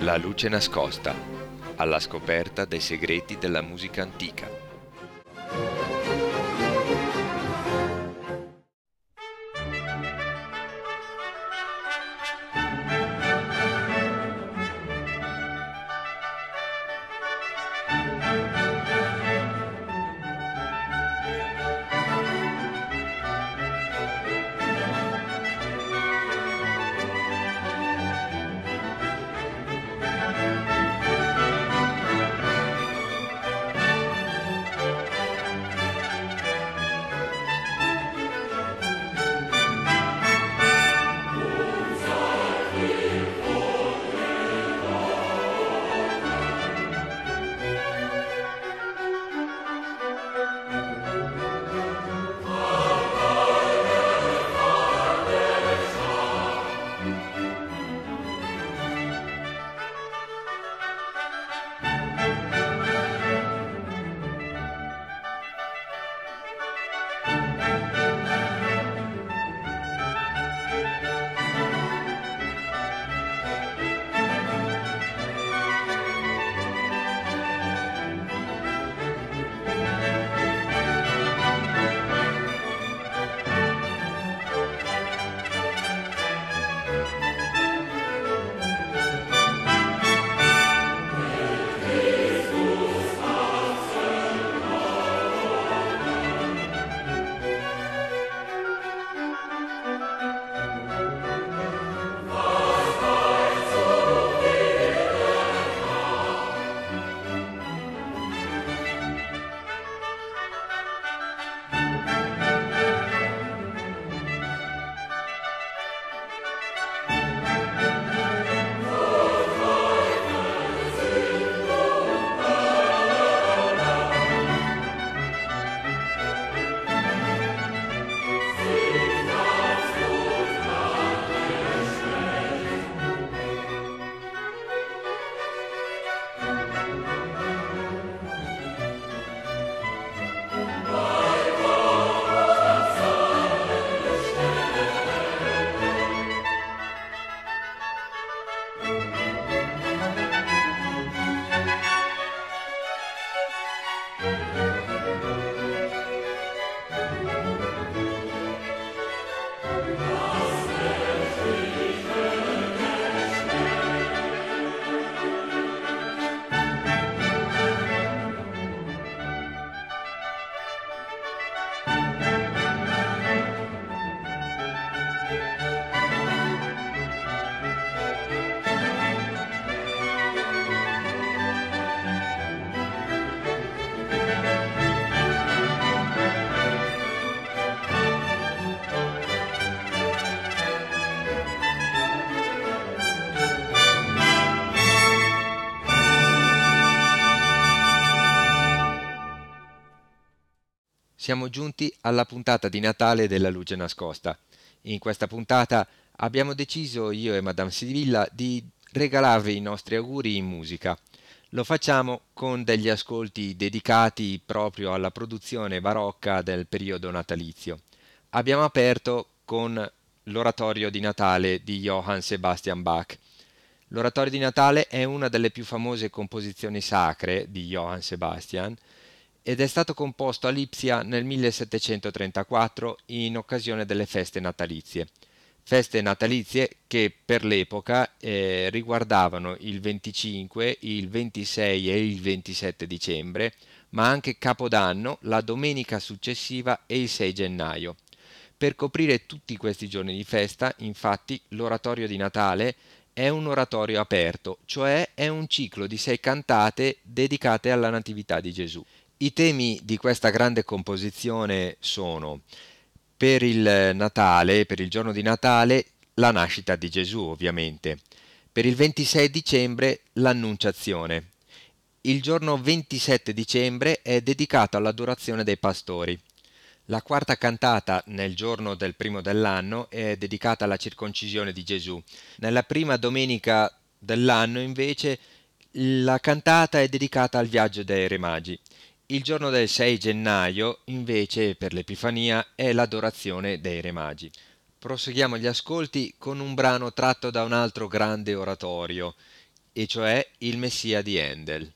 La luce nascosta, alla scoperta dei segreti della musica antica. Siamo giunti alla puntata di Natale della luce nascosta. In questa puntata abbiamo deciso, io e Madame Sivilla, di regalarvi i nostri auguri in musica. Lo facciamo con degli ascolti dedicati proprio alla produzione barocca del periodo natalizio. Abbiamo aperto con l'oratorio di Natale di Johann Sebastian Bach. L'oratorio di Natale è una delle più famose composizioni sacre di Johann Sebastian ed è stato composto a Lipsia nel 1734 in occasione delle feste natalizie. Feste natalizie che per l'epoca riguardavano il 25, il 26 e il 27 dicembre, ma anche Capodanno, la domenica successiva e il 6 gennaio. Per coprire tutti questi giorni di festa, infatti, l'oratorio di Natale è un oratorio aperto, cioè è un ciclo di 6 cantate dedicate alla Natività di Gesù. I temi di questa grande composizione sono, per il Natale, per il giorno di Natale, la nascita di Gesù, ovviamente. Per il 26 dicembre, l'Annunciazione. Il giorno 27 dicembre è dedicato all'adorazione dei pastori. La quarta cantata, nel giorno del primo dell'anno, è dedicata alla circoncisione di Gesù. Nella prima domenica dell'anno, invece, la cantata è dedicata al viaggio dei Re Magi. Il giorno del 6 gennaio, invece, per l'Epifania, è l'adorazione dei Re Magi. Proseguiamo gli ascolti con un brano tratto da un altro grande oratorio, e cioè il Messia di Handel.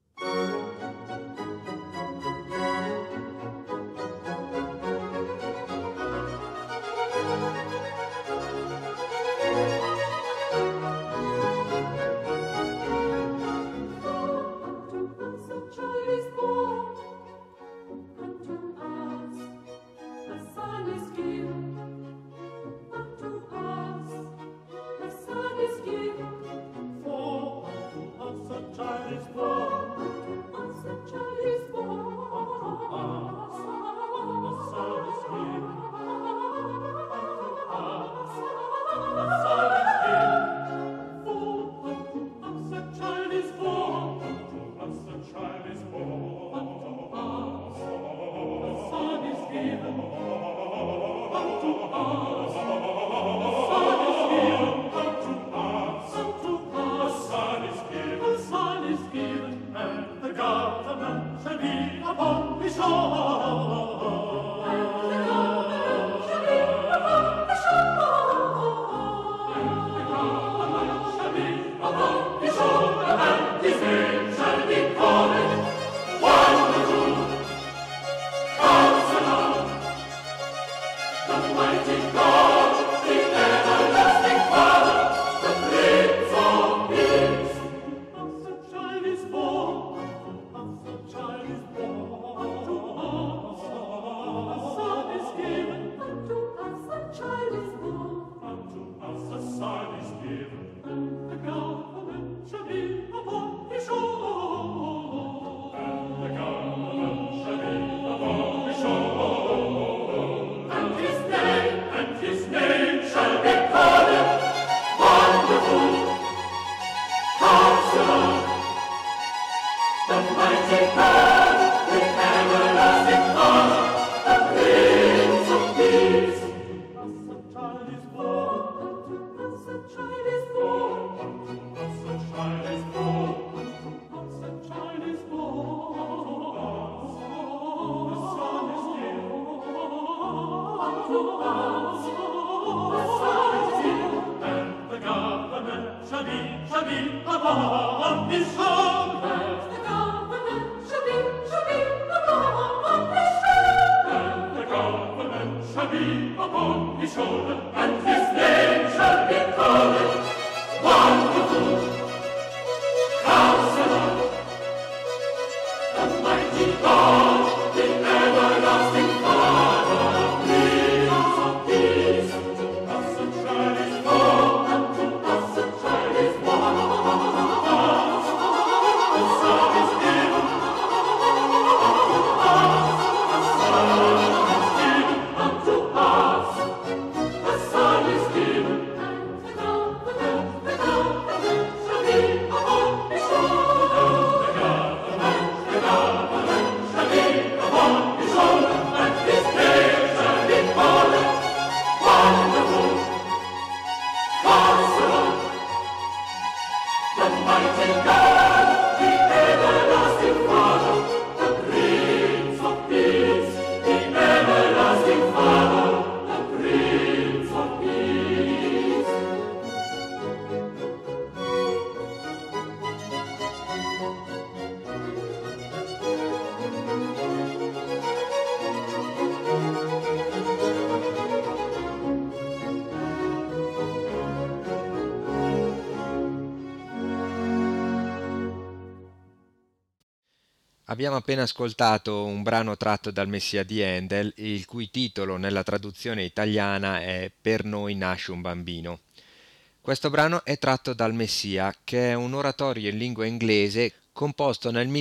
Abbiamo appena ascoltato un brano tratto dal Messia di Handel, il cui titolo nella traduzione italiana è Per noi nasce un bambino. Questo brano è tratto dal Messia, che è un oratorio in lingua inglese composto nel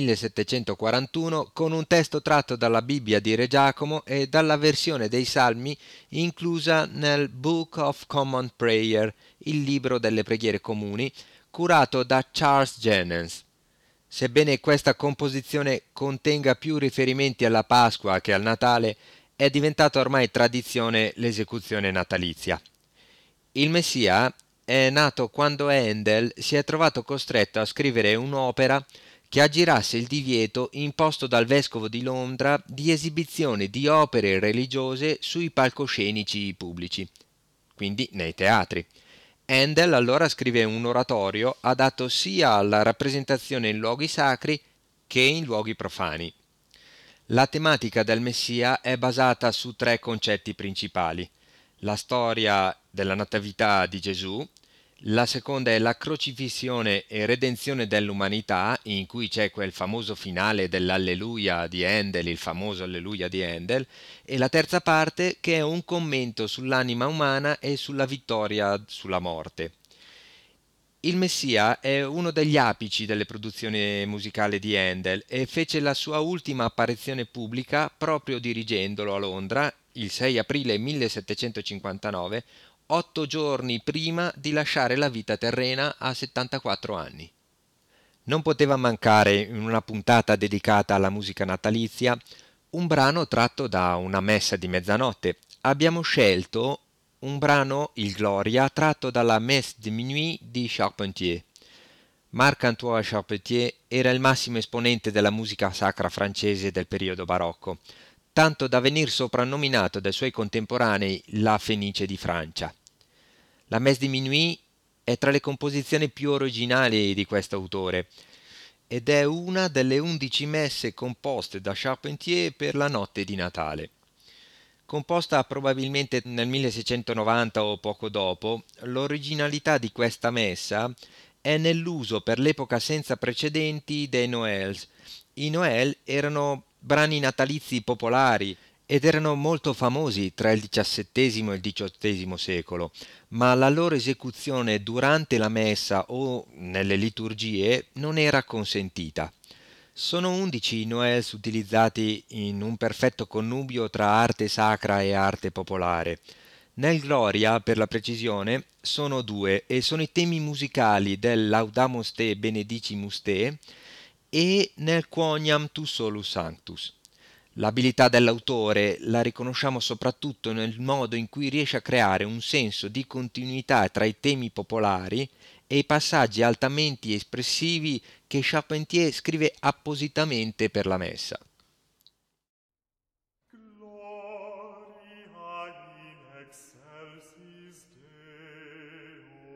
1741 con un testo tratto dalla Bibbia di Re Giacomo e dalla versione dei Salmi inclusa nel Book of Common Prayer, il libro delle preghiere comuni, curato da Charles Jennens. Sebbene questa composizione contenga più riferimenti alla Pasqua che al Natale, è diventata ormai tradizione l'esecuzione natalizia. Il Messia è nato quando Handel si è trovato costretto a scrivere un'opera che aggirasse il divieto imposto dal vescovo di Londra di esibizione di opere religiose sui palcoscenici pubblici, quindi nei teatri. Handel allora scrive un oratorio adatto sia alla rappresentazione in luoghi sacri che in luoghi profani. La tematica del Messia è basata su tre concetti principali: la storia della Natività di Gesù, la seconda è la crocifissione e redenzione dell'umanità, in cui c'è quel famoso finale dell'Alleluia di Handel, il famoso Alleluia di Handel, e la terza parte che è un commento sull'anima umana e sulla vittoria sulla morte. Il Messia è uno degli apici delle produzioni musicali di Handel e fece la sua ultima apparizione pubblica proprio dirigendolo a Londra il 6 aprile 1759, 8 giorni prima di lasciare la vita terrena a 74 anni. Non poteva mancare in una puntata dedicata alla musica natalizia un brano tratto da una messa di mezzanotte. Abbiamo scelto un brano, il Gloria, tratto dalla Messe de Minuit di Charpentier. Marc-Antoine Charpentier era il massimo esponente della musica sacra francese del periodo barocco, tanto da venir soprannominato dai suoi contemporanei la Fenice di Francia. La Messe de Minuit è tra le composizioni più originali di questo autore ed è una delle 11 messe composte da Charpentier per la notte di Natale. Composta probabilmente nel 1690 o poco dopo, l'originalità di questa messa è nell'uso per l'epoca senza precedenti dei Noëls. I Noël erano brani natalizi popolari ed erano molto famosi tra il XVII e il XVIII secolo, ma la loro esecuzione durante la messa o nelle liturgie non era consentita. Sono 11 i Noëls utilizzati in un perfetto connubio tra arte sacra e arte popolare. Nel Gloria, per la precisione, sono due e sono i temi musicali del Laudamus Te Benedicimus Te e nel Quoniam Tu Solus Sanctus. L'abilità dell'autore la riconosciamo soprattutto nel modo in cui riesce a creare un senso di continuità tra i temi popolari e i passaggi altamente espressivi che Charpentier scrive appositamente per la messa. Gloria in excelsis Deo.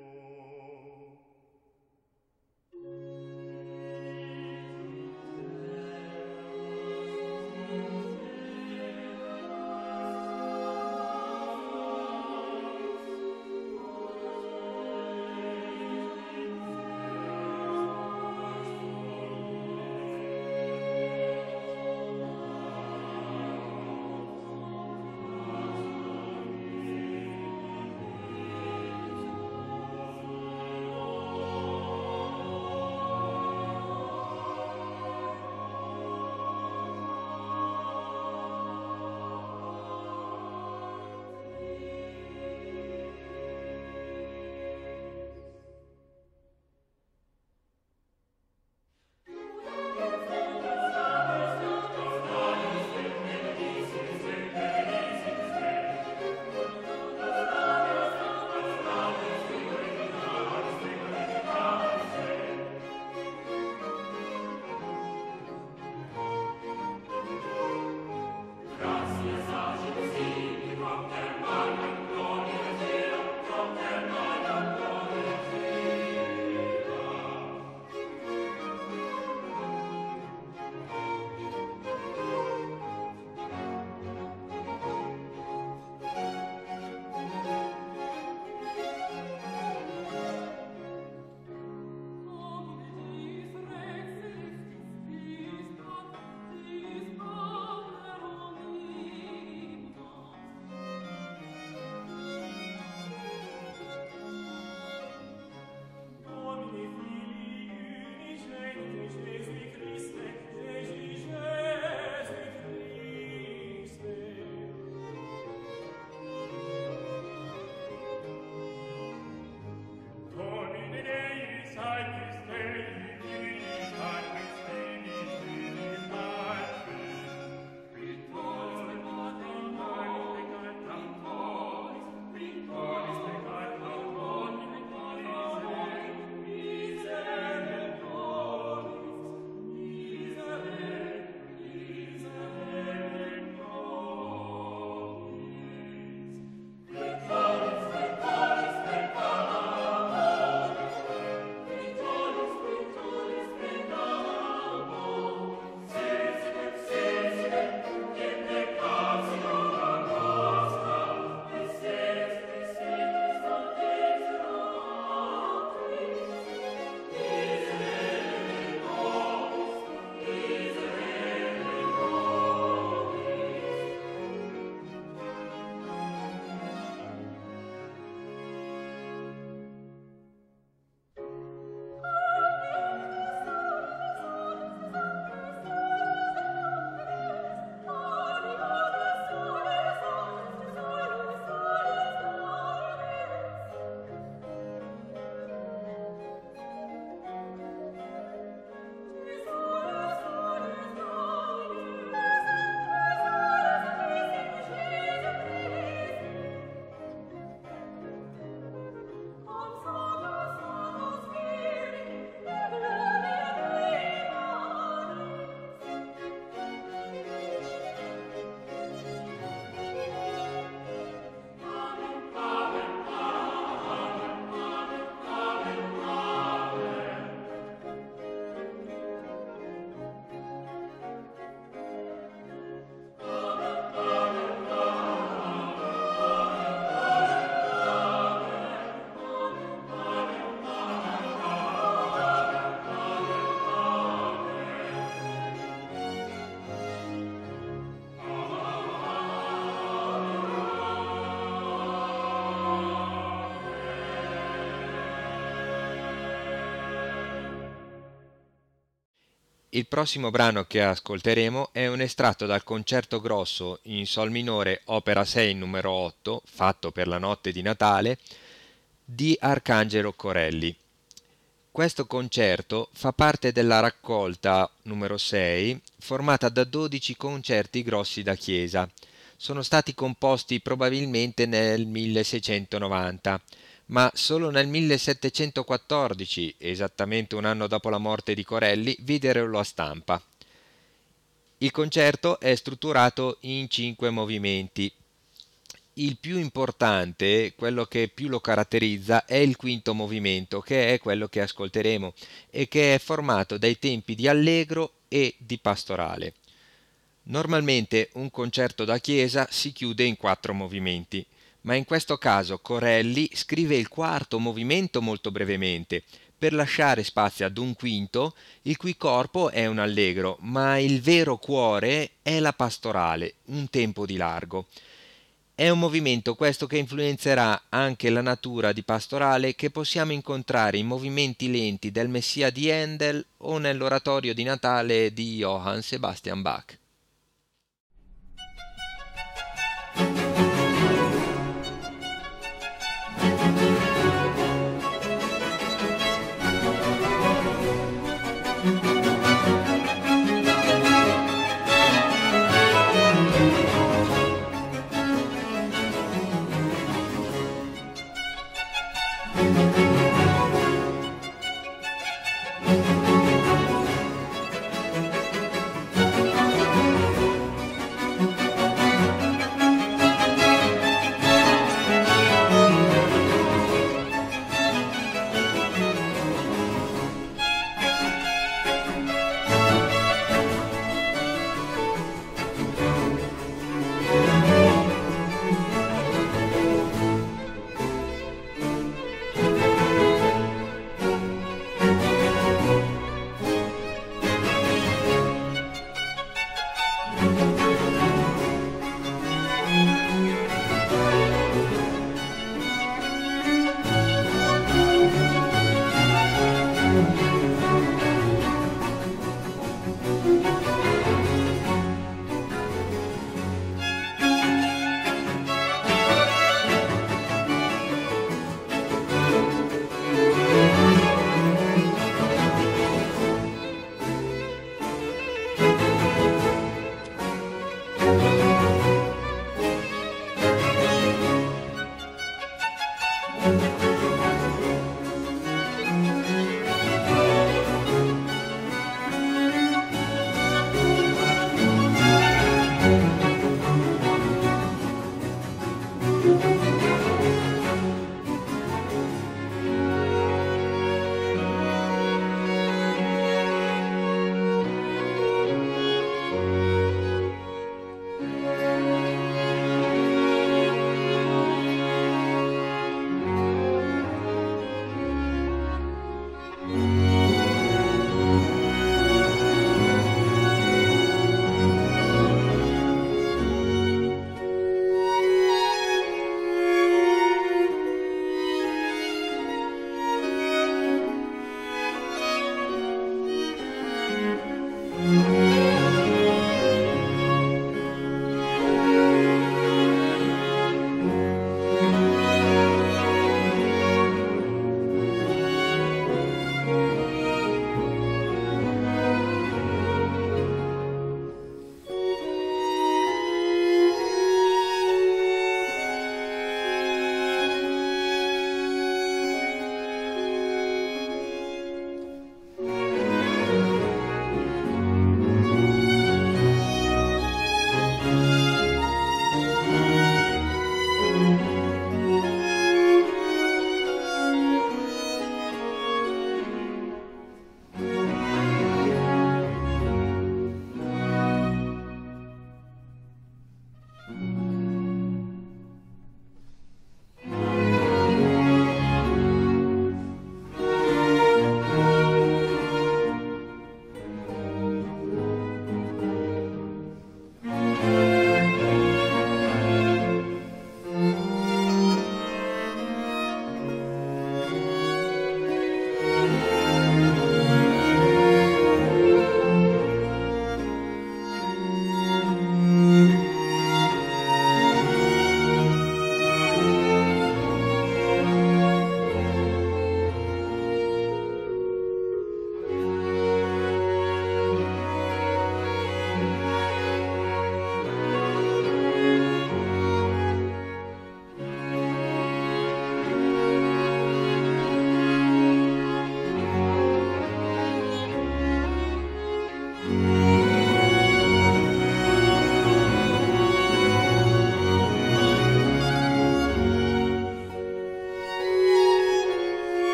Il prossimo brano che ascolteremo è un estratto dal concerto grosso in Sol minore, opera 6, numero 8, fatto per la notte di Natale, di Arcangelo Corelli. Questo concerto fa parte della raccolta numero 6, formata da 12 concerti grossi da chiesa. Sono stati composti probabilmente nel 1690, ma solo nel 1714, esattamente un anno dopo la morte di Corelli, videro la stampa. Il concerto è strutturato in 5 movimenti. Il più importante, quello che più lo caratterizza, è il quinto movimento, che è quello che ascolteremo e che è formato dai tempi di allegro e di pastorale. Normalmente un concerto da chiesa si chiude in 4 movimenti, ma in questo caso Corelli scrive il quarto movimento molto brevemente, per lasciare spazio ad un quinto, il cui corpo è un allegro, ma il vero cuore è la pastorale, un tempo di largo. È un movimento questo che influenzerà anche la natura di pastorale che possiamo incontrare in movimenti lenti del Messia di Handel o nell'oratorio di Natale di Johann Sebastian Bach.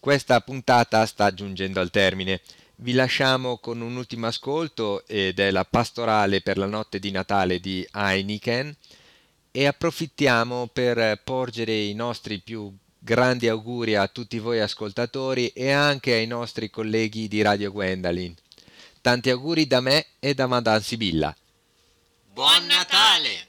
Questa puntata sta giungendo al termine. Vi lasciamo con un ultimo ascolto ed è la pastorale per la notte di Natale di Heineken e approfittiamo per porgere i nostri più grandi auguri a tutti voi ascoltatori e anche ai nostri colleghi di Radio Gwendalin. Tanti auguri da me e da Madame Sibilla. Buon Natale!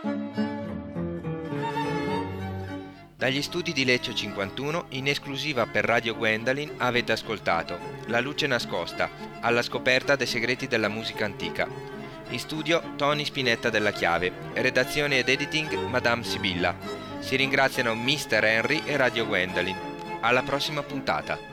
Dagli studi di Lecce 51, in esclusiva per Radio Gwendalin, avete ascoltato La luce nascosta, alla scoperta dei segreti della musica antica. In studio Tony Spinetta della Chiave, redazione ed editing Madame Sibilla. Si ringraziano Mr. Henry e Radio Gwendalin. Alla prossima puntata.